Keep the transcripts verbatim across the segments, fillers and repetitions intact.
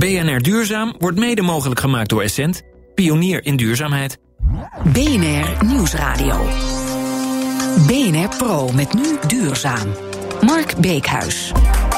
B N R Duurzaam wordt mede mogelijk gemaakt door Essent, pionier in duurzaamheid. B N R Nieuwsradio. B N R Pro met nu duurzaam. Mark Beekhuis.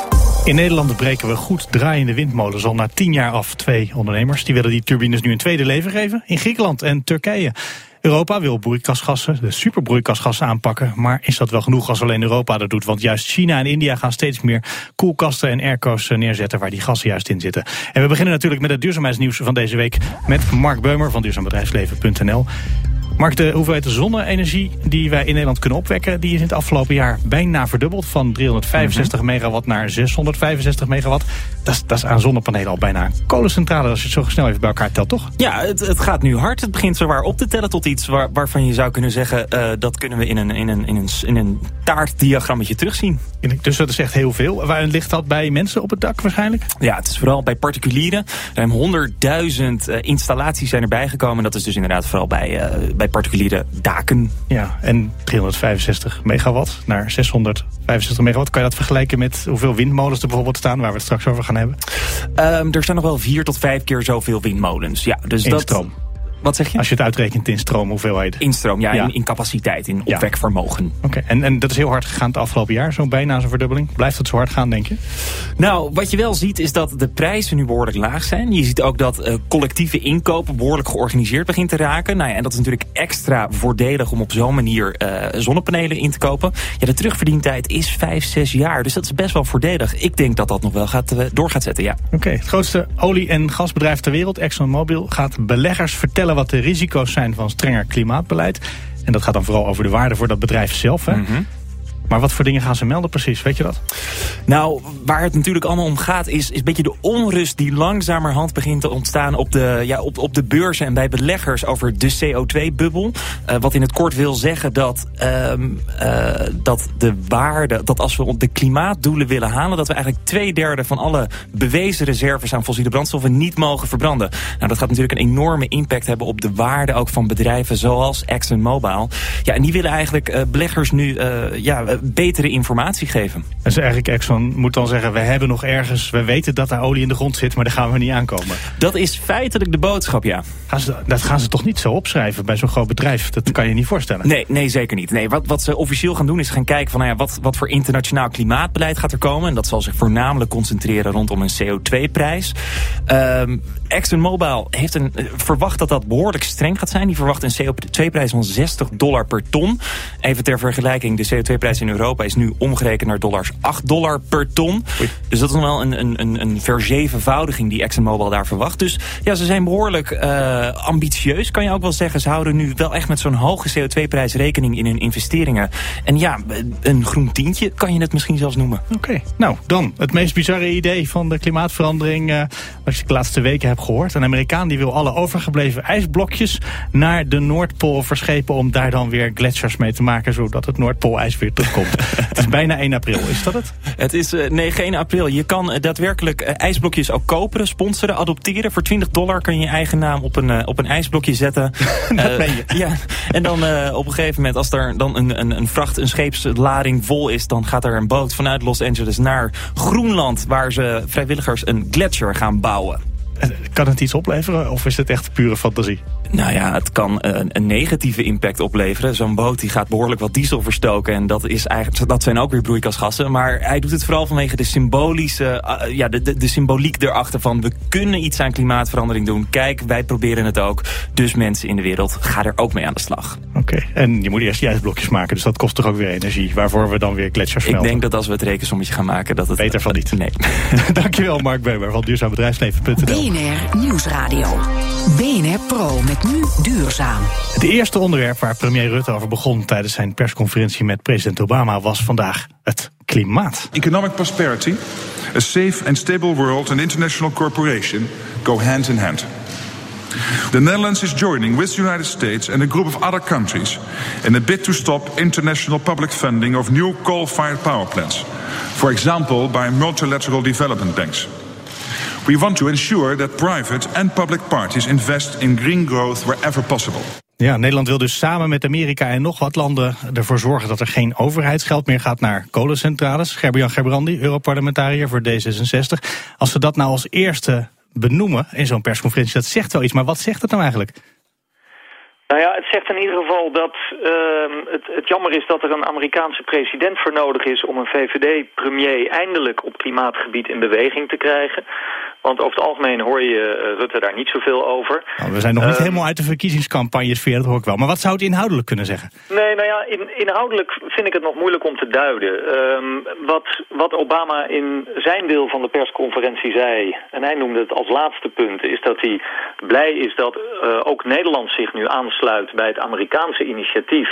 In Nederland breken we goed draaiende windmolens al na tien jaar af. Twee ondernemers die willen die turbines nu een tweede leven geven in Griekenland en Turkije. Europa wil broeikasgassen, de superbroeikasgassen aanpakken. Maar is dat wel genoeg als alleen Europa dat doet? Want juist China en India gaan steeds meer koelkasten en airco's neerzetten waar die gassen juist in zitten. En we beginnen natuurlijk met het duurzaamheidsnieuws van deze week met Mark Beumer van duurzaambedrijfsleven punt n l. Mark, de hoeveelheid zonne-energie die wij in Nederland kunnen opwekken, die is in het afgelopen jaar bijna verdubbeld. Van driehonderdvijfenzestig mm-hmm. megawatt naar zeshonderdvijfenzestig megawatt. Dat is, dat is aan zonnepanelen al bijna een kolencentrale, als je het zo snel even bij elkaar telt, toch? Ja, het, het gaat nu hard. Het begint zowaar op te tellen tot iets waar, waarvan je zou kunnen zeggen, uh, dat kunnen we in een, in een, in een, in een taartdiagrammetje terugzien. Dus dat is echt heel veel. Waar ligt dat bij mensen op het dak waarschijnlijk? Ja, het is vooral bij particulieren. Ruim honderdduizend uh, installaties zijn erbij gekomen. Dat is dus inderdaad vooral bij, uh, bij particuliere daken. Ja, en driehonderdvijfenzestig megawatt naar zeshonderdvijfenzestig megawatt. Kan je dat vergelijken met hoeveel windmolens er bijvoorbeeld staan, waar we het straks over gaan hebben? Um, er staan nog wel vier tot vijf keer zoveel windmolens. Ja, dus in dat... stroom. Wat zeg je? Als je het uitrekent in stroom, hoeveelheid? In stroom, ja, ja. In, in capaciteit, in ja. opwekvermogen. Oké, okay. en, en dat is heel hard gegaan het afgelopen jaar, zo'n bijna zo'n verdubbeling. Blijft het zo hard gaan, denk je? Nou, wat je wel ziet is dat de prijzen nu behoorlijk laag zijn. Je ziet ook dat uh, collectieve inkopen behoorlijk georganiseerd begint te raken. Nou ja, en dat is natuurlijk extra voordelig om op zo'n manier uh, zonnepanelen in te kopen. Ja, de terugverdientijd is vijf, zes jaar, dus dat is best wel voordelig. Ik denk dat dat nog wel gaat, uh, door gaat zetten, ja. Oké, okay. Het grootste olie- en gasbedrijf ter wereld, ExxonMobil, gaat beleggers vertellen wat de risico's zijn van strenger klimaatbeleid. En dat gaat dan vooral over de waarde voor dat bedrijf zelf. Hè? Mm-hmm. Maar wat voor dingen gaan ze melden precies, weet je dat? Nou, waar het natuurlijk allemaal om gaat is, is een beetje de onrust die langzamerhand begint te ontstaan op de, ja, op, op de beurzen en bij beleggers over de C O twee bubbel. Uh, wat in het kort wil zeggen dat, um, uh, dat de waarde, dat als we de klimaatdoelen willen halen, dat we eigenlijk twee derde van alle bewezen reserves aan fossiele brandstoffen niet mogen verbranden. Nou, dat gaat natuurlijk een enorme impact hebben op de waarde ook van bedrijven zoals ExxonMobil. Ja, en die willen eigenlijk uh, beleggers nu uh, ja, betere informatie geven. Dus eigenlijk Exxon moet dan zeggen, we hebben nog ergens, we weten dat daar olie in de grond zit, maar daar gaan we niet aankomen. Dat is feitelijk de boodschap, ja. Gaan ze, dat gaan ze toch niet zo opschrijven bij zo'n groot bedrijf? Dat kan je niet voorstellen. Nee, nee zeker niet. Nee, wat, wat ze officieel gaan doen is gaan kijken van, nou ja, wat, wat voor internationaal klimaatbeleid gaat er komen. En dat zal zich voornamelijk concentreren rondom een C O twee prijs. Um, ExxonMobil heeft een, verwacht dat dat behoorlijk streng gaat zijn. Die verwacht een C O twee prijs van zestig dollar per ton. Even ter vergelijking, de C O twee prijs in Europa is nu omgerekend naar dollars acht dollar per ton. Oei. Dus dat is nog wel een, een, een verzevenvoudiging die ExxonMobil daar verwacht. Dus ja, ze zijn behoorlijk uh, ambitieus, kan je ook wel zeggen. Ze houden nu wel echt met zo'n hoge C O twee prijs rekening in hun investeringen. En ja, een groen tientje kan je het misschien zelfs noemen. Oké, okay. Nou dan, het meest bizarre idee van de klimaatverandering, uh, wat ik de laatste weken heb gehoord. Een Amerikaan die wil alle overgebleven ijsblokjes naar de Noordpool verschepen om daar dan weer gletsjers mee te maken, zodat het Noordpoolijs weer terugkomt. Het is bijna één april, is dat het? Het is, uh, nee, geen april. Je kan uh, daadwerkelijk uh, ijsblokjes ook kopen, sponsoren, adopteren. Voor twintig dollar kan je je eigen naam op een, uh, op een ijsblokje zetten. Dat uh, ben je. Ja, en dan uh, op een gegeven moment, als er dan een, een, een vracht, een scheepslading vol is, dan gaat er een boot vanuit Los Angeles naar Groenland, waar ze vrijwilligers een gletsjer gaan bouwen. Kan het iets opleveren of is het echt pure fantasie? Nou ja, het kan een, een negatieve impact opleveren. Zo'n boot die gaat behoorlijk wat diesel verstoken. En dat, is eigenlijk, dat zijn ook weer broeikasgassen. Maar hij doet het vooral vanwege de symbolische, uh, ja, de, de, de symboliek erachter van, we kunnen iets aan klimaatverandering doen. Kijk, wij proberen het ook. Dus mensen in de wereld, ga er ook mee aan de slag. Oké, okay. En je moet eerst die ijsblokjes maken. Dus dat kost toch ook weer energie. Waarvoor we dan weer gletsjers smelten. Ik denk dat als we het rekensommetje gaan maken, dat het... Beter van niet. Nee. Dankjewel, Mark Beumer van duurzaambedrijfsleven punt n l. B N R Nieuwsradio. B N R Pro met nu duurzaam. Het eerste onderwerp waar premier Rutte over begon tijdens zijn persconferentie met president Obama was vandaag het klimaat. Economic prosperity, a safe and stable world and international cooperation go hand in hand. The Netherlands is joining with the United States and a group of other countries in a bid to stop international public funding of new coal-fired power plants. For example, by multilateral development banks. We want to ensure that private and public parties invest in green growth wherever possible. Ja, Nederland wil dus samen met Amerika en nog wat landen ervoor zorgen dat er geen overheidsgeld meer gaat naar kolencentrales. Gerber-Jan Gerbrandy, Europarlementariër voor D zesenzestig. Als ze dat nou als eerste benoemen in zo'n persconferentie. Dat zegt wel iets, maar wat zegt het nou eigenlijk? Nou ja, het zegt in ieder geval dat uh, het, het jammer is dat er een Amerikaanse president voor nodig is om een V V D-premier eindelijk op klimaatgebied in beweging te krijgen. Want over het algemeen hoor je uh, Rutte daar niet zoveel over. Nou, we zijn nog niet uh, helemaal uit de verkiezingscampagnesfeer, dat hoor ik wel. Maar wat zou het inhoudelijk kunnen zeggen? Nee, nou ja, in, inhoudelijk vind ik het nog moeilijk om te duiden. Um, wat, wat Obama in zijn deel van de persconferentie zei, en hij noemde het als laatste punt, is dat hij blij is dat uh, ook Nederland zich nu aansluit bij het Amerikaanse initiatief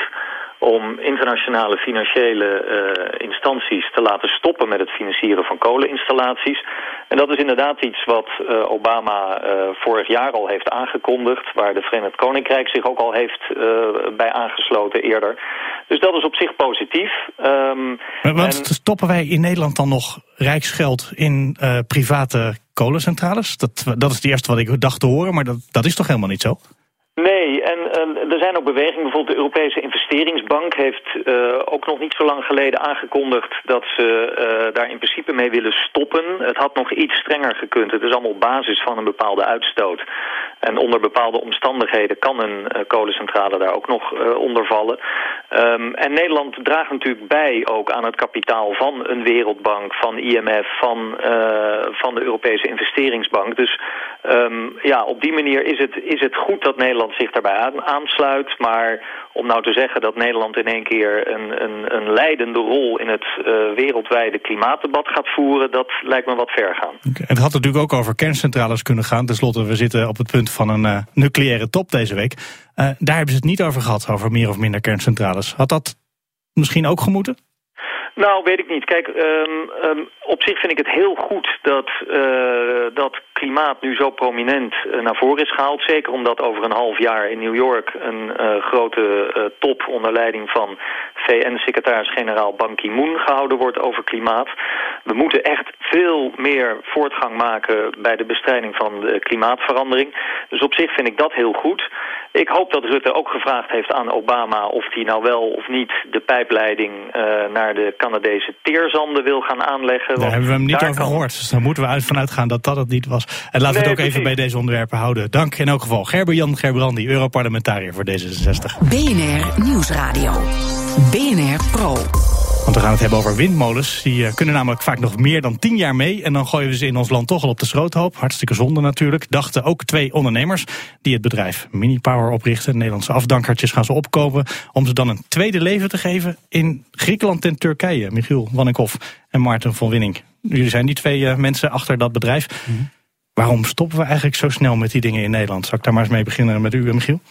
om internationale financiële uh, instanties te laten stoppen met het financieren van koleninstallaties. En dat is inderdaad iets wat uh, Obama uh, vorig jaar al heeft aangekondigd, waar de Verenigd Koninkrijk zich ook al heeft uh, bij aangesloten eerder. Dus dat is op zich positief. Um, Want en... stoppen wij in Nederland dan nog rijksgeld in uh, private kolencentrales? Dat, dat is het eerste wat ik dacht te horen, maar dat, dat is toch helemaal niet zo? Nee, en uh, er zijn ook bewegingen. Bijvoorbeeld de Europese Investeringsbank heeft uh, ook nog niet zo lang geleden aangekondigd dat ze uh, daar in principe mee willen stoppen. Het had nog iets strenger gekund. Het is allemaal op basis van een bepaalde uitstoot. En onder bepaalde omstandigheden kan een uh, kolencentrale daar ook nog uh, onder vallen. Um, en Nederland draagt natuurlijk bij ook aan het kapitaal van een Wereldbank, van I M F, van, uh, van de Europese Investeringsbank. Dus um, ja, op die manier is het, is het goed dat Nederland zich daarbij aan, aansluit. Maar om nou te zeggen dat Nederland in één keer een, een, een leidende rol in het uh, wereldwijde klimaatdebat gaat voeren, dat lijkt me wat ver gaan. Okay. Het had natuurlijk ook over kerncentrales kunnen gaan. Ten slotte, we zitten op het punt van een uh, nucleaire top deze week. Uh, daar hebben ze het niet over gehad, over meer of minder kerncentrales. Had dat misschien ook gemoeten? Nou, weet ik niet. Kijk, um, um, op zich vind ik het heel goed dat, uh, dat klimaat nu zo prominent uh, naar voren is gehaald. Zeker omdat over een half jaar in New York een uh, grote uh, top onder leiding van V N-secretaris-generaal Ban Ki-moon gehouden wordt over klimaat. We moeten echt veel meer voortgang maken bij de bestrijding van de klimaatverandering. Dus op zich vind ik dat heel goed. Ik hoop dat Rutte ook gevraagd heeft aan Obama of hij nou wel of niet de pijpleiding uh, naar de Canadese teerzanden wil gaan aanleggen. Daar hebben we hem niet over kan... gehoord. Dus daar moeten we uit vanuit gaan dat dat het niet was. En laten we nee, het ook precies. even bij deze onderwerpen houden. Dank in elk geval Gerber-Jan Gerbrandy, Europarlementariër voor D zesenzestig. B N R Nieuwsradio. B N R Pro. Want we gaan het hebben over windmolens. Die uh, kunnen namelijk vaak nog meer dan tien jaar mee. En dan gooien we ze in ons land toch al op de schroothoop. Hartstikke zonde natuurlijk. Dachten ook twee ondernemers die het bedrijf Minipower oprichten. Nederlandse afdankertjes gaan ze opkopen om ze dan een tweede leven te geven in Griekenland en Turkije. Michiel Wanninkhoff en Maarten van Winning. Jullie zijn die twee uh, mensen achter dat bedrijf. Mm-hmm. Waarom stoppen we eigenlijk zo snel met die dingen in Nederland? Zal ik daar maar eens mee beginnen met u, Michiel?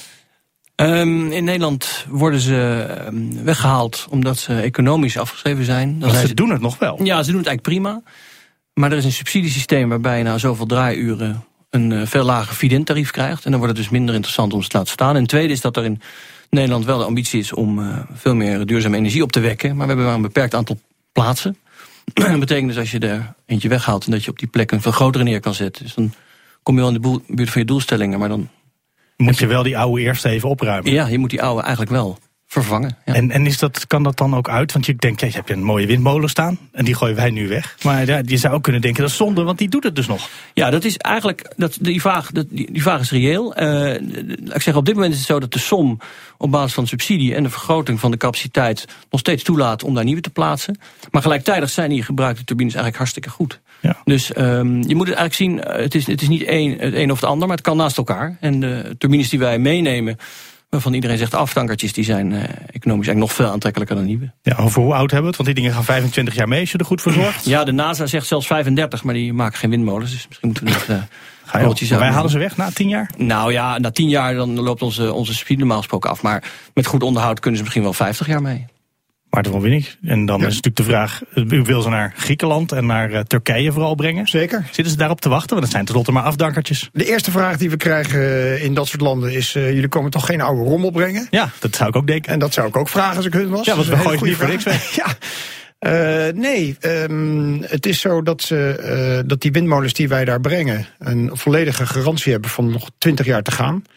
Um, in Nederland worden ze um, weggehaald omdat ze economisch afgeschreven zijn. Dan ze, zijn ze doen het nog wel. Ja, ze doen het eigenlijk prima. Maar er is een subsidiesysteem waarbij je na zoveel draaiuren een uh, veel lager feed-in-tarief krijgt. En dan wordt het dus minder interessant om ze te laten staan. En het tweede is dat er in Nederland wel de ambitie is om uh, veel meer duurzame energie op te wekken. Maar we hebben maar een beperkt aantal plaatsen. Dat betekent dus als je er eentje weghaalt en dat je op die plek een veel grotere neer kan zetten. Dus dan kom je wel in de boel, buurt van je doelstellingen, maar dan moet je wel die oude eerst even opruimen. Ja, je moet die oude eigenlijk wel vervangen. Ja. En, en is dat, kan dat dan ook uit? Want je denkt, ja, je hebt een mooie windmolen staan en die gooien wij nu weg. Maar ja, je zou ook kunnen denken, dat is zonde, want die doet het dus nog. Ja, dat is eigenlijk, dat, die, vraag, dat, die, die vraag is reëel. Uh, ik zeg, op dit moment is het zo dat de som op basis van de subsidie en de vergroting van de capaciteit nog steeds toelaat om daar nieuwe te plaatsen. Maar gelijktijdig zijn die gebruikte turbines eigenlijk hartstikke goed. Ja. Dus um, je moet het eigenlijk zien, het is, het is niet één, het een of het ander, maar het kan naast elkaar. En de turbines die wij meenemen, waarvan iedereen zegt afdankertjes, die zijn uh, economisch eigenlijk nog veel aantrekkelijker dan nieuwe. Ja, over hoe oud hebben we het? Want die dingen gaan vijfentwintig jaar mee als je er goed voor zorgt. Ja, de NASA zegt zelfs vijfendertig, maar die maken geen windmolens. Dus misschien moeten we nog uh, Ga wij halen ze weg na tien jaar? Nou ja, na tien jaar dan loopt onze, onze subsidie normaal gesproken af. Maar met goed onderhoud kunnen ze misschien wel vijftig jaar mee. Maarten van Winning. En dan ja. is natuurlijk de vraag, u wil ze naar Griekenland en naar uh, Turkije vooral brengen. Zeker. Zitten ze daarop te wachten? Want dat zijn tenslotte maar afdankertjes. De eerste vraag die we krijgen in dat soort landen is, uh, jullie komen toch geen oude rommel brengen? Ja, dat zou ik ook denken. En dat zou ik ook vragen als ik hun was. Ja, want we gooien het niet voor niks weg. Ja. Uh, nee, um, het is zo dat, ze, uh, dat die windmolens die wij daar brengen een volledige garantie hebben van nog twintig jaar te gaan.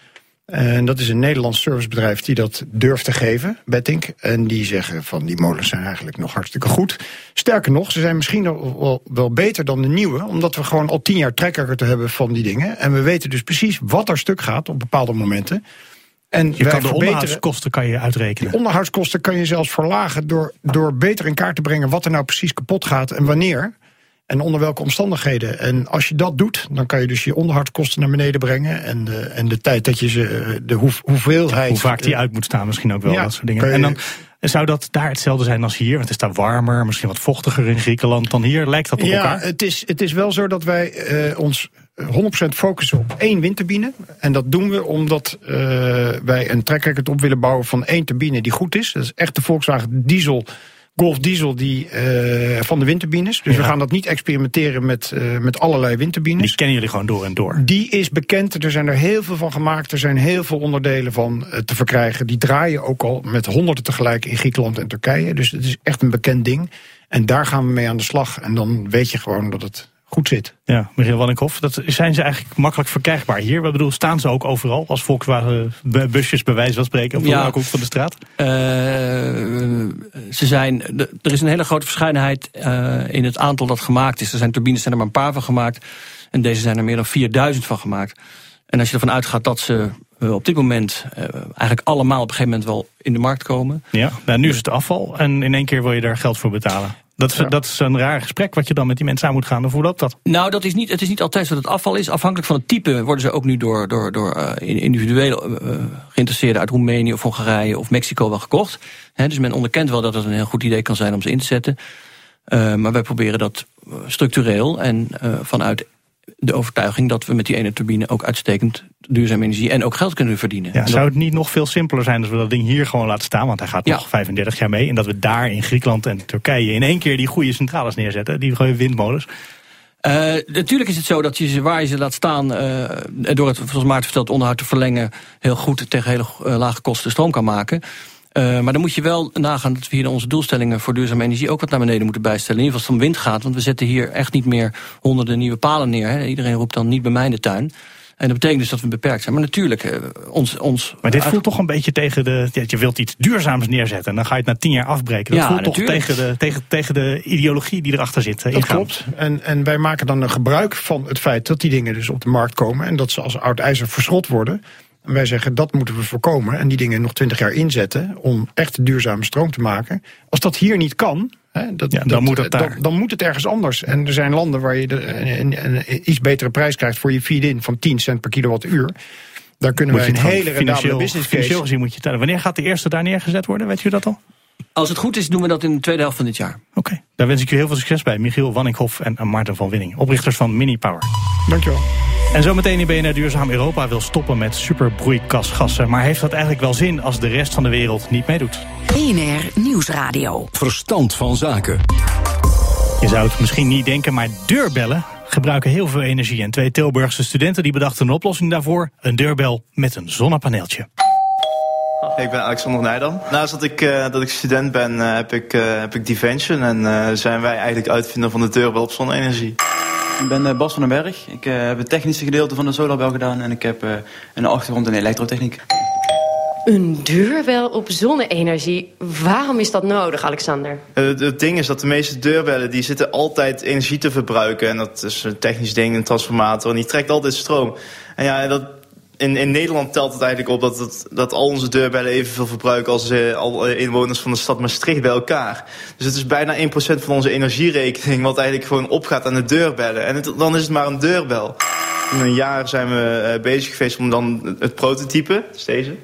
En dat is een Nederlands servicebedrijf die dat durft te geven, Bettink. En die zeggen van die molens zijn eigenlijk nog hartstikke goed. Sterker nog, ze zijn misschien wel, wel beter dan de nieuwe, omdat we gewoon al tien jaar track record hebben van die dingen. En we weten dus precies wat er stuk gaat op bepaalde momenten. En je kan de onderhoudskosten kan je uitrekenen. De onderhoudskosten kan je zelfs verlagen door, door beter in kaart te brengen wat er nou precies kapot gaat en wanneer. En onder welke omstandigheden. En als je dat doet, dan kan je dus je onderhoudskosten naar beneden brengen. En de, en de tijd dat je ze, de hoe, hoeveelheid... Hoe vaak die uit moet staan misschien ook wel, ja, dat soort dingen. Je, en dan zou dat daar hetzelfde zijn als hier? Want het is daar warmer, misschien wat vochtiger in Griekenland dan hier. Lijkt dat op ja, elkaar? Ja, het is, het is wel zo dat wij uh, ons honderd procent focussen op één windturbine. En dat doen we omdat uh, wij een track record op willen bouwen van één turbine die goed is. Dat is echt de Volkswagen diesel... Golf diesel die, uh, van de windturbines. Dus ja. we gaan dat niet experimenteren met, uh, met allerlei windturbines. Die kennen jullie gewoon door en door. Die is bekend, er zijn er heel veel van gemaakt. Er zijn heel veel onderdelen van uh, te verkrijgen. Die draaien ook al met honderden tegelijk in Griekenland en Turkije. Dus het is echt een bekend ding. En daar gaan we mee aan de slag. En dan weet je gewoon dat het goed zit. Ja, Michiel Wanninghoff, dat zijn ze eigenlijk makkelijk verkrijgbaar hier? Wat bedoel, staan ze ook overal als Volkswagen busjes bij wijze van spreken op ja, de hoek van de straat? Uh, ze zijn, de, er is een hele grote verscheidenheid uh, in het aantal dat gemaakt is. Er zijn turbines, zijn er maar een paar van gemaakt. En deze zijn er meer dan vierduizend van gemaakt. En als je ervan uitgaat dat ze uh, op dit moment uh, eigenlijk allemaal op een gegeven moment wel in de markt komen. Ja, nou, nu is het afval en in één keer wil je daar geld voor betalen. Dat is, ja. dat is een raar gesprek wat je dan met die mensen aan moet gaan. Of hoe loopt dat? Nou, dat is niet, het is niet altijd zo dat het afval is. Afhankelijk van het type worden ze ook nu door, door, door uh, individuele uh, geïnteresseerden uit Roemenië of Hongarije of Mexico wel gekocht. He, dus men onderkent wel dat het een heel goed idee kan zijn om ze in te zetten. Uh, maar wij proberen dat structureel en uh, vanuit de overtuiging dat we met die ene turbine ook uitstekend duurzame energie en ook geld kunnen verdienen. Ja, zou het niet nog veel simpeler zijn als we dat ding hier gewoon laten staan, want hij gaat nog ja. vijfendertig jaar mee, en dat we daar in Griekenland en Turkije in één keer die goede centrales neerzetten, die goede windmolens? Uh, natuurlijk is het zo dat je ze waar je ze laat staan, uh, door het, zoals Maarten vertelt, onderhoud te verlengen, heel goed tegen hele uh, lage kosten stroom kan maken. Uh, maar dan moet je wel nagaan dat we hier onze doelstellingen voor duurzame energie ook wat naar beneden moeten bijstellen. In ieder geval als het om wind gaat, want we zetten hier echt niet meer honderden nieuwe palen neer. Hè. Iedereen roept dan niet bij mij in de tuin. En dat betekent dus dat we beperkt zijn. Maar natuurlijk, uh, ons, ons... Maar dit voelt toch een beetje tegen de... Ja, je wilt iets duurzaams neerzetten en dan ga je het na tien jaar afbreken. Dat ja, voelt natuurlijk. toch tegen de, tegen, tegen de ideologie die erachter zit. Dat ingaan. Klopt. En, en wij maken dan een gebruik van het feit dat die dingen dus op de markt komen en dat ze als oud ijzer verschrot worden. En wij zeggen, dat moeten we voorkomen en die dingen nog twintig jaar inzetten om echt duurzame stroom te maken. Als dat hier niet kan, hè, dat, ja, dan, dat, moet het daar. Dan, dan moet het ergens anders. En er zijn landen waar je de, een, een, een iets betere prijs krijgt voor je feed-in van tien cent per kilowattuur. Daar kunnen wij een hele rendabele business case. Financieel gezien moet je tellen. Wanneer gaat de eerste daar neergezet worden? Weet u dat al? Als het goed is, doen we dat in de tweede helft van dit jaar. Oké, okay. Daar wens ik u heel veel succes bij. Michiel Wanninghoff en Maarten van Winning, oprichters van Mini Power. Dankjewel. En zometeen in B N R Duurzaam. Europa wil stoppen met superbroeikasgassen. Maar heeft dat eigenlijk wel zin als de rest van de wereld niet meedoet? B N R Nieuwsradio. Verstand van zaken. Je zou het misschien niet denken, maar deurbellen gebruiken heel veel energie. En twee Tilburgse studenten die bedachten een oplossing daarvoor. Een deurbel met een zonnepaneeltje. Ik ben Alexander Nijdam. Naast dat ik, uh, dat ik student ben, uh, heb ik, uh, heb ik Divention. En uh, zijn wij eigenlijk uitvinder van de deurbel op zonne-energie. Ik ben uh, Bas van den Berg. Ik uh, heb het technische gedeelte van de solarbel gedaan. En ik heb uh, een achtergrond in elektrotechniek. Een deurbel op zonne-energie. Waarom is dat nodig, Alexander? Uh, het ding is dat de meeste deurbellen die zitten altijd energie te verbruiken. En dat is een technisch ding, een transformator. En die trekt altijd stroom. En ja, dat... In, in Nederland telt het eigenlijk op dat, het, dat al onze deurbellen evenveel verbruiken als uh, alle inwoners van de stad Maastricht bij elkaar. Dus het is bijna één procent van onze energierekening wat eigenlijk gewoon opgaat aan de deurbellen. En het, dan is het maar een deurbel. In een jaar zijn we uh, bezig geweest om dan het prototype, dus deze,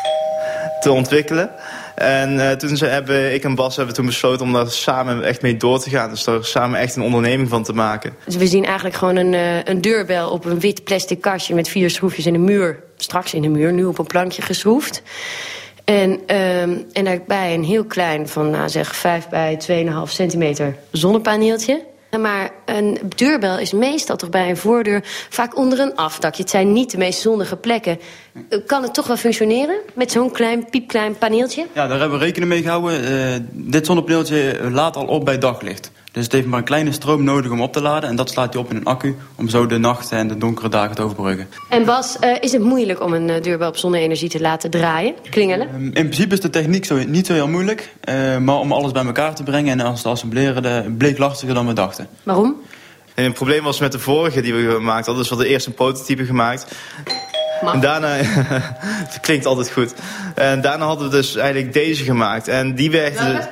te ontwikkelen. En uh, toen hebben ik en Bas hebben toen besloten om daar samen echt mee door te gaan. Dus daar samen echt een onderneming van te maken. Dus we zien eigenlijk gewoon een, uh, een deurbel op een wit plastic kastje met vier schroefjes in de muur. Straks in de muur, nu op een plankje geschroefd. En, uh, en daarbij een heel klein, van nou zeg vijf bij twee komma vijf centimeter zonnepaneeltje. Maar een deurbel is meestal toch bij een voordeur vaak onder een afdakje. Het zijn niet de meest zonnige plekken. Kan het toch wel functioneren met zo'n klein, piepklein paneeltje? Ja, daar hebben we rekening mee gehouden. Uh, dit zonnepaneeltje laat al op bij daglicht. Dus het heeft maar een kleine stroom nodig om op te laden. En dat slaat hij op in een accu om zo de nachten en de donkere dagen te overbruggen. En Bas, uh, is het moeilijk om een uh, deurbel op zonne-energie te laten draaien, klingelen? Um, in principe is de techniek zo, niet zo heel moeilijk. Uh, maar om alles bij elkaar te brengen en als te assembleren, de, bleek lastiger dan we dachten. Waarom? En het probleem was met de vorige die we gemaakt hadden. Dus we hadden eerst een prototype gemaakt. En daarna, het klinkt altijd goed. En daarna hadden we dus eigenlijk deze gemaakt. En die werkte... Dus,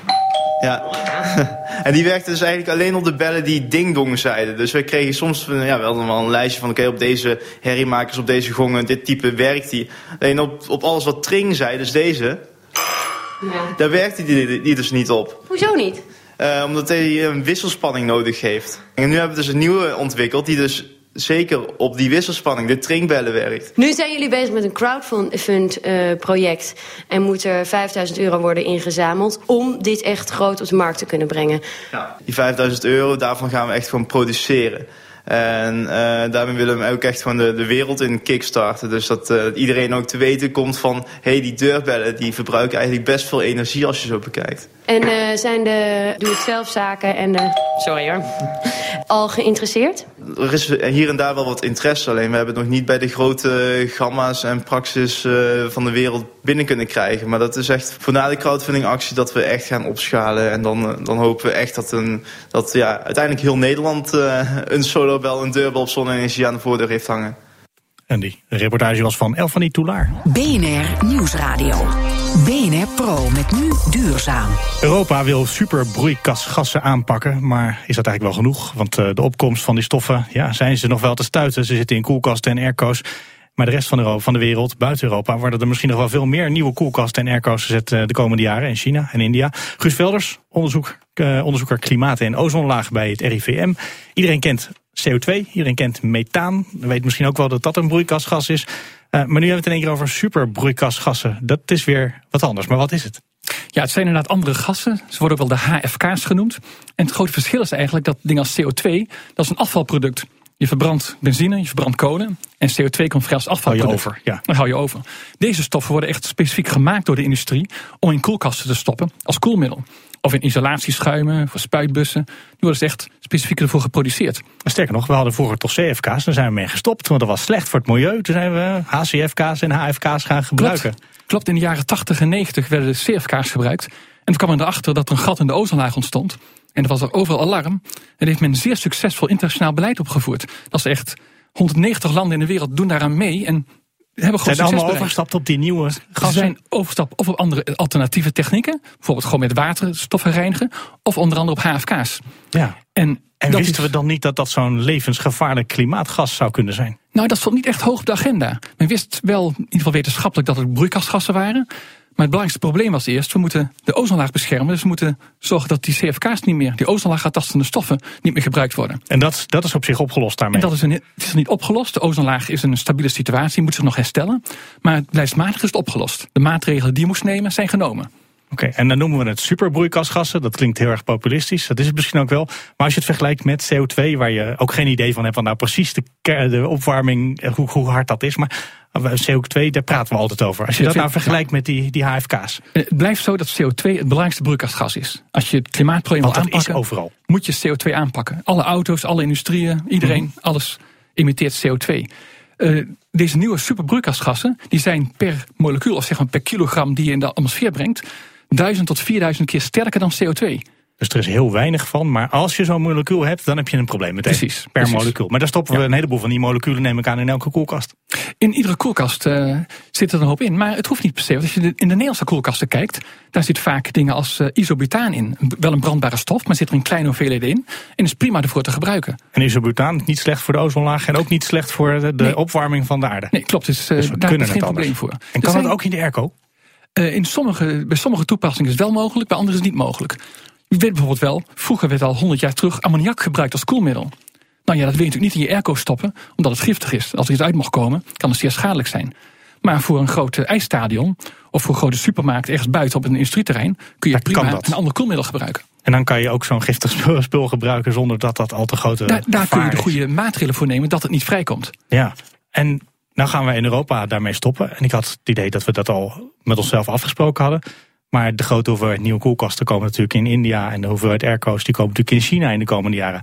ja. En die werkte dus eigenlijk alleen op de bellen die ding-dong zeiden. Dus we kregen soms, ja, we hadden wel een lijstje van... oké, okay, op deze herriemakers, op deze gongen, dit type werkt die. Alleen op, op alles wat tring zei, dus deze... Ja. Daar werkte die, die dus niet op. Hoezo niet? Uh, omdat hij een wisselspanning nodig heeft. En nu hebben we dus een nieuwe ontwikkeld die dus zeker op die wisselspanning, de tringbellen, werkt. Nu zijn jullie bezig met een crowdfund uh, project. En moet er vijfduizend euro worden ingezameld om dit echt groot op de markt te kunnen brengen. Ja. Die vijfduizend euro, daarvan gaan we echt gewoon produceren. En uh, daarmee willen we ook echt gewoon de, de wereld in kickstarten. Dus dat uh, iedereen ook te weten komt van... hé, hey, die deurbellen die verbruiken eigenlijk best veel energie als je zo bekijkt. En uh, zijn de doe-het-zelf-zaken en de... Sorry hoor. Al geïnteresseerd? Er is hier en daar wel wat interesse. Alleen we hebben het nog niet bij de grote gamma's en praxis uh, van de wereld binnen kunnen krijgen. Maar dat is echt voor na de crowdfunding actie dat we echt gaan opschalen. En dan, uh, dan hopen we echt dat, een, dat ja, uiteindelijk heel Nederland uh, een solarbel, een deurbel op zonne-energie aan de voordeur heeft hangen. En die reportage was van Elfanie Toulaar. B N R Nieuwsradio. B N R Pro met nu duurzaam. Europa wil superbroeikasgassen aanpakken, maar is dat eigenlijk wel genoeg? Want uh, de opkomst van die stoffen, ja, zijn ze nog wel te stuiten. Ze zitten in koelkasten en airco's. Maar de rest van, Europa, van de wereld, buiten Europa, worden er misschien nog wel veel meer nieuwe koelkasten en airco's gezet uh, de komende jaren in China en India. Guus Velders, onderzoek, uh, onderzoeker klimaat en ozonlaag bij het R I V M. Iedereen kent C O twee, iedereen kent methaan. Weet misschien ook wel dat dat een broeikasgas is. Uh, maar nu hebben we het in één keer over superbroeikasgassen. Dat is weer wat anders, maar wat is het? Ja, het zijn inderdaad andere gassen. Ze worden ook wel de H F K's genoemd. En het grote verschil is eigenlijk dat ding als C O twee, dat is een afvalproduct. Je verbrandt benzine, je verbrandt kolen. En C O twee komt vrij als afvalproduct. Hou je over, ja. Dan hou je over. Deze stoffen worden echt specifiek gemaakt door de industrie om in koelkasten te stoppen als koelmiddel. Of in isolatieschuimen, voor spuitbussen. Die worden ze echt specifiek ervoor geproduceerd. Sterker nog, we hadden vroeger toch C F K's, daar zijn we mee gestopt. Want dat was slecht voor het milieu. Toen zijn we H C F K's en H F K's gaan gebruiken. Klopt, Klopt. In de jaren tachtig en negentig werden de C F K's gebruikt. En toen kwam men erachter dat er een gat in de ozonlaag ontstond. En er was er overal alarm. En heeft men zeer succesvol internationaal beleid opgevoerd. Dat is echt honderdnegentig landen in de wereld doen daaraan mee. En hebben gewoon zijn allemaal overgestapt op die nieuwe gassen? Ze zijn overgestapt of op andere alternatieve technieken. Bijvoorbeeld gewoon met waterstoffen reinigen. Of onder andere op H F K's. Ja. En, en wisten is... we dan niet dat dat zo'n levensgevaarlijk klimaatgas zou kunnen zijn? Nou, dat stond niet echt hoog op de agenda. Men wist wel, in ieder geval wetenschappelijk, dat het broeikasgassen waren. Maar het belangrijkste probleem was eerst, we moeten de ozonlaag beschermen. Dus we moeten zorgen dat die C F K's niet meer, die ozonlaagaantastende stoffen, niet meer gebruikt worden. En dat, dat is op zich opgelost daarmee? En dat is, een, het is niet opgelost. De ozonlaag is een stabiele situatie, moet zich nog herstellen. Maar beleidsmatig is het opgelost. De maatregelen die je moest nemen, zijn genomen. Oké, okay, en dan noemen we het superbroeikasgassen. Dat klinkt heel erg populistisch, dat is het misschien ook wel. Maar als je het vergelijkt met C O twee, waar je ook geen idee van hebt van nou precies de, de opwarming, hoe, hoe hard dat is. Maar C O twee, daar praten we altijd over. Als je dat nou vergelijkt met die, die H F K's. Het blijft zo dat C O twee het belangrijkste broeikasgas is. Als je het klimaatprobleem wil aanpakken, overal. moet je C O twee aanpakken. Alle auto's, alle industrieën, iedereen, mm-hmm. alles emitteert C O twee. Uh, deze nieuwe superbroeikasgassen, die zijn per molecuul, of zeg maar per kilogram die je in de atmosfeer brengt, duizend tot vierduizend keer sterker dan C O twee. Dus er is heel weinig van, maar als je zo'n molecuul hebt, dan heb je een probleem meteen. Precies. Per precies. molecuul. Maar daar stoppen we ja. een heleboel van die moleculen, neem ik aan, in elke koelkast. In iedere koelkast uh, zit er een hoop in, maar het hoeft niet per se. Want als je in de Nederlandse koelkasten kijkt, daar zit vaak dingen als uh, isobutaan in. Wel een brandbare stof, maar zit er in kleine hoeveelheden in. En is prima ervoor te gebruiken. En isobutaan is niet slecht voor de ozonlaag en ook niet slecht voor de, de nee. opwarming van de aarde. Nee, klopt. Dus, uh, dus daar is geen probleem voor. En kan zijn, dat ook in de airco? Uh, in sommige, bij sommige toepassingen is het wel mogelijk, bij andere is het niet mogelijk. Je weet bijvoorbeeld wel, vroeger werd al honderd jaar terug ammoniak gebruikt als koelmiddel. Nou ja, dat wil je natuurlijk niet in je airco stoppen, omdat het giftig is. Als er iets uit mag komen, kan het zeer schadelijk zijn. Maar voor een groot ijsstadion of voor een grote supermarkt ergens buiten op een industrieterrein kun je prima een ander koelmiddel gebruiken. En dan kan je ook zo'n giftig spul, spul gebruiken zonder dat dat al te grote Daar, daar kun je de is. goede maatregelen voor nemen dat het niet vrijkomt. Ja, en nou gaan we in Europa daarmee stoppen. En ik had het idee dat we dat al met onszelf afgesproken hadden. Maar de grote hoeveelheid nieuwe koelkasten komen natuurlijk in India. En de hoeveelheid airco's die komen natuurlijk in China in de komende jaren.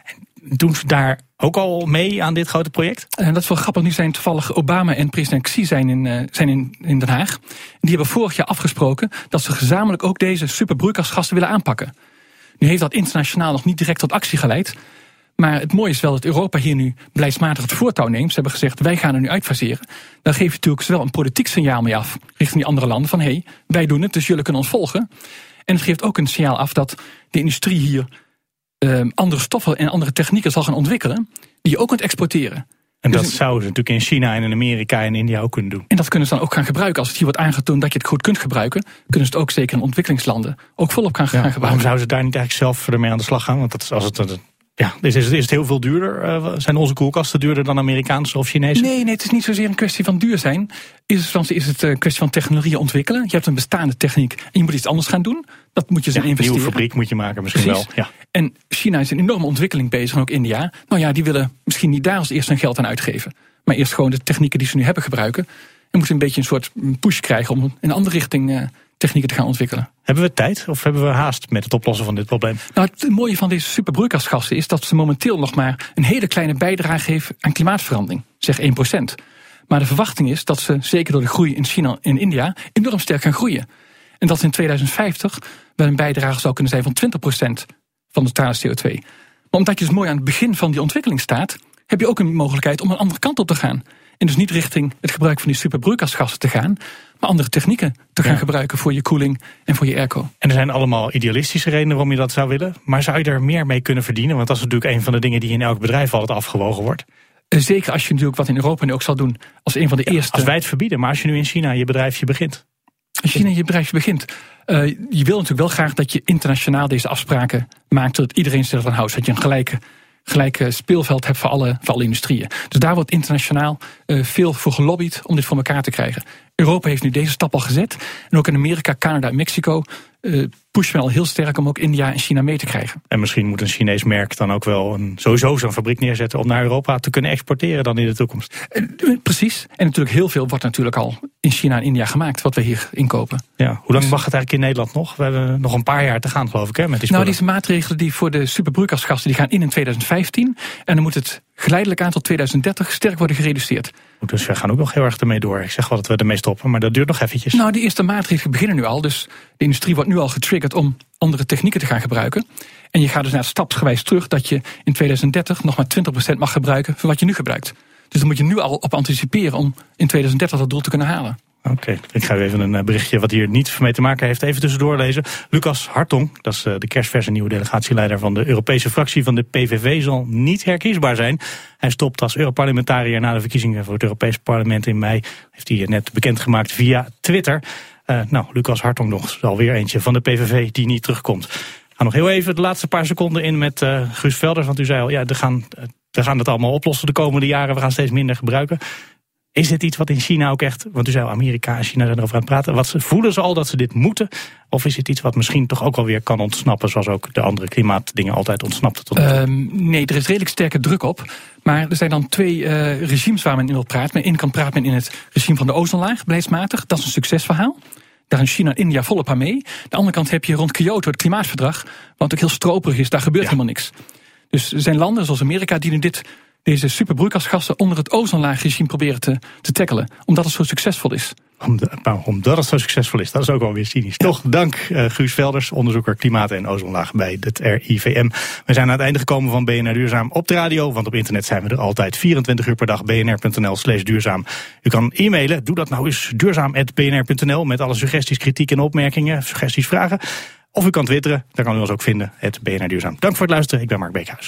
En doen ze daar ook al mee aan dit grote project? En dat is wel grappig. Nu zijn toevallig Obama en president Xi zijn in, uh, zijn in, in Den Haag. Die hebben vorig jaar afgesproken dat ze gezamenlijk ook deze superbroeikasgassen willen aanpakken. Nu heeft dat internationaal nog niet direct tot actie geleid. Maar het mooie is wel dat Europa hier nu beleidsmatig het voortouw neemt. Ze hebben gezegd, wij gaan er nu uitfaseren. Dan geef je natuurlijk zowel een politiek signaal mee af richting die andere landen van hé, hey, wij doen het, dus jullie kunnen ons volgen. En het geeft ook een signaal af dat de industrie hier uh, andere stoffen en andere technieken zal gaan ontwikkelen die je ook kunt exporteren. En dat dus, zouden ze natuurlijk in China en in Amerika en India ook kunnen doen. En dat kunnen ze dan ook gaan gebruiken. Als het hier wordt aangetoond dat je het goed kunt gebruiken, kunnen ze het ook zeker in ontwikkelingslanden ook volop gaan, ja, gaan gebruiken. Waarom zouden ze daar niet eigenlijk zelf ermee aan de slag gaan? Want dat is, als het, ja, is, is het heel veel duurder? Uh, zijn onze koelkasten duurder dan Amerikaanse of Chinese? Nee, nee, het is niet zozeer een kwestie van duur zijn. Is het, is het een kwestie van technologieën ontwikkelen. Je hebt een bestaande techniek en je moet iets anders gaan doen. Dat moet je zo ja, investeren. Een nieuwe fabriek moet je maken misschien Precies. wel. Ja. En China is een enorme ontwikkeling bezig en ook India. Nou ja, die willen misschien niet daar als eerst hun geld aan uitgeven. Maar eerst gewoon de technieken die ze nu hebben gebruiken. En moeten een beetje een soort push krijgen om in een andere richting uh, technieken te gaan ontwikkelen. Hebben we tijd of hebben we haast met het oplossen van dit probleem? Nou, het mooie van deze superbroeikasgassen is dat ze momenteel nog maar een hele kleine bijdrage geven aan klimaatverandering. Zeg één procent. Maar de verwachting is dat ze, zeker door de groei in China en India, enorm sterk gaan groeien. En dat in tweeduizend vijftig wel een bijdrage zou kunnen zijn van twintig procent van de totale C O twee. Maar omdat je dus mooi aan het begin van die ontwikkeling staat, heb je ook een mogelijkheid om een andere kant op te gaan. En dus niet richting het gebruik van die superbroeikasgassen te gaan, maar andere technieken te gaan ja. gebruiken voor je koeling en voor je airco. En er zijn allemaal idealistische redenen waarom je dat zou willen. Maar zou je er meer mee kunnen verdienen? Want dat is natuurlijk een van de dingen die in elk bedrijf altijd afgewogen wordt. Zeker als je natuurlijk wat in Europa nu ook zal doen als een van de ja, eerste. Als wij het verbieden, maar als je nu in China je bedrijfje begint. Als China je bedrijfje begint. Uh, je wil natuurlijk wel graag dat je internationaal deze afspraken maakt, zodat iedereen zich eraan houdt. Dat je een gelijke, gelijke speelveld hebt voor alle, voor alle industrieën. Dus daar wordt internationaal uh, veel voor gelobbyd om dit voor elkaar te krijgen. Europa heeft nu deze stap al gezet. En ook in Amerika, Canada en Mexico uh, pushen we al heel sterk om ook India en China mee te krijgen. En misschien moet een Chinees merk dan ook wel een, sowieso zo'n fabriek neerzetten om naar Europa te kunnen exporteren dan in de toekomst. Uh, precies. En natuurlijk heel veel wordt natuurlijk al in China en India gemaakt, wat we hier inkopen. Ja, hoe lang mag het eigenlijk in Nederland nog? We hebben nog een paar jaar te gaan, geloof ik, hè, met die spullen. Nou, deze maatregelen die voor de superbroeikasgassen die gaan in in tweeduizend vijftien. En dan moet het geleidelijk aan tot tweeduizend dertig sterk worden gereduceerd. Dus we gaan ook nog heel erg ermee door. Ik zeg wel dat we ermee stoppen, maar dat duurt nog eventjes. Nou, de eerste maatregelen beginnen nu al. Dus de industrie wordt nu al getriggerd om andere technieken te gaan gebruiken. En je gaat dus naar stapsgewijs terug dat je in tweeduizend dertig nog maar twintig procent mag gebruiken van wat je nu gebruikt. Dus dan moet je nu al op anticiperen om in tweeduizend dertig dat doel te kunnen halen. Oké, okay, ik ga even een berichtje wat hier niet mee te maken heeft even tussendoor lezen. Lucas Hartong, dat is de kerstverse nieuwe delegatieleider van de Europese fractie van de P V V, zal niet herkiesbaar zijn. Hij stopt als Europarlementariër na de verkiezingen voor het Europese parlement in mei. Heeft hij net bekendgemaakt via Twitter. Uh, nou, Lucas Hartong nog alweer eentje van de P V V die niet terugkomt. We gaan nog heel even de laatste paar seconden in met uh, Guus Velders, want u zei al, ja, we gaan, we gaan het allemaal oplossen de komende jaren. We gaan steeds minder gebruiken. Is dit iets wat in China ook echt, want u zei al, Amerika en China zijn erover aan het praten. Wat, voelen ze al dat ze dit moeten? Of is het iets wat misschien toch ook wel weer kan ontsnappen, zoals ook de andere klimaatdingen altijd ontsnapten tot nu toe? Um, nee, er is redelijk sterke druk op. Maar er zijn dan twee uh, regimes waar men in wil praten. Aan de ene kant praat men in het regime van de ozonlaag, beleidsmatig. Dat is een succesverhaal. Daar is China en India volop aan mee. Aan de andere kant heb je rond Kyoto het klimaatverdrag, wat ook heel stroperig is. Daar gebeurt ja. helemaal niks. Dus er zijn landen zoals Amerika die nu dit... deze superbroeikasgassen onder het ozonlaagregime proberen te, te tackelen. Omdat het zo succesvol is. Om de, nou, omdat het zo succesvol is, dat is ook alweer cynisch. Ja. Toch, dank uh, Guus Velders, onderzoeker klimaat en ozonlaag bij het R I V M. We zijn aan het einde gekomen van B N R Duurzaam op de radio. Want op internet zijn we er altijd vierentwintig uur per dag. bnr.nl slash duurzaam. U kan e-mailen, doe dat nou eens, duurzaam at bnr.nl. Met alle suggesties, kritiek en opmerkingen, suggesties, vragen. Of u kan twitteren, daar kan u ons ook vinden, het B N R Duurzaam. Dank voor het luisteren, ik ben Mark Beekhuis.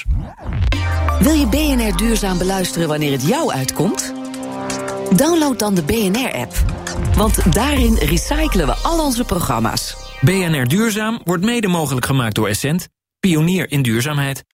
Wil je B N R Duurzaam beluisteren wanneer het jou uitkomt? Download dan de B N R-app. Want daarin recyclen we al onze programma's. B N R Duurzaam wordt mede mogelijk gemaakt door Essent, pionier in duurzaamheid.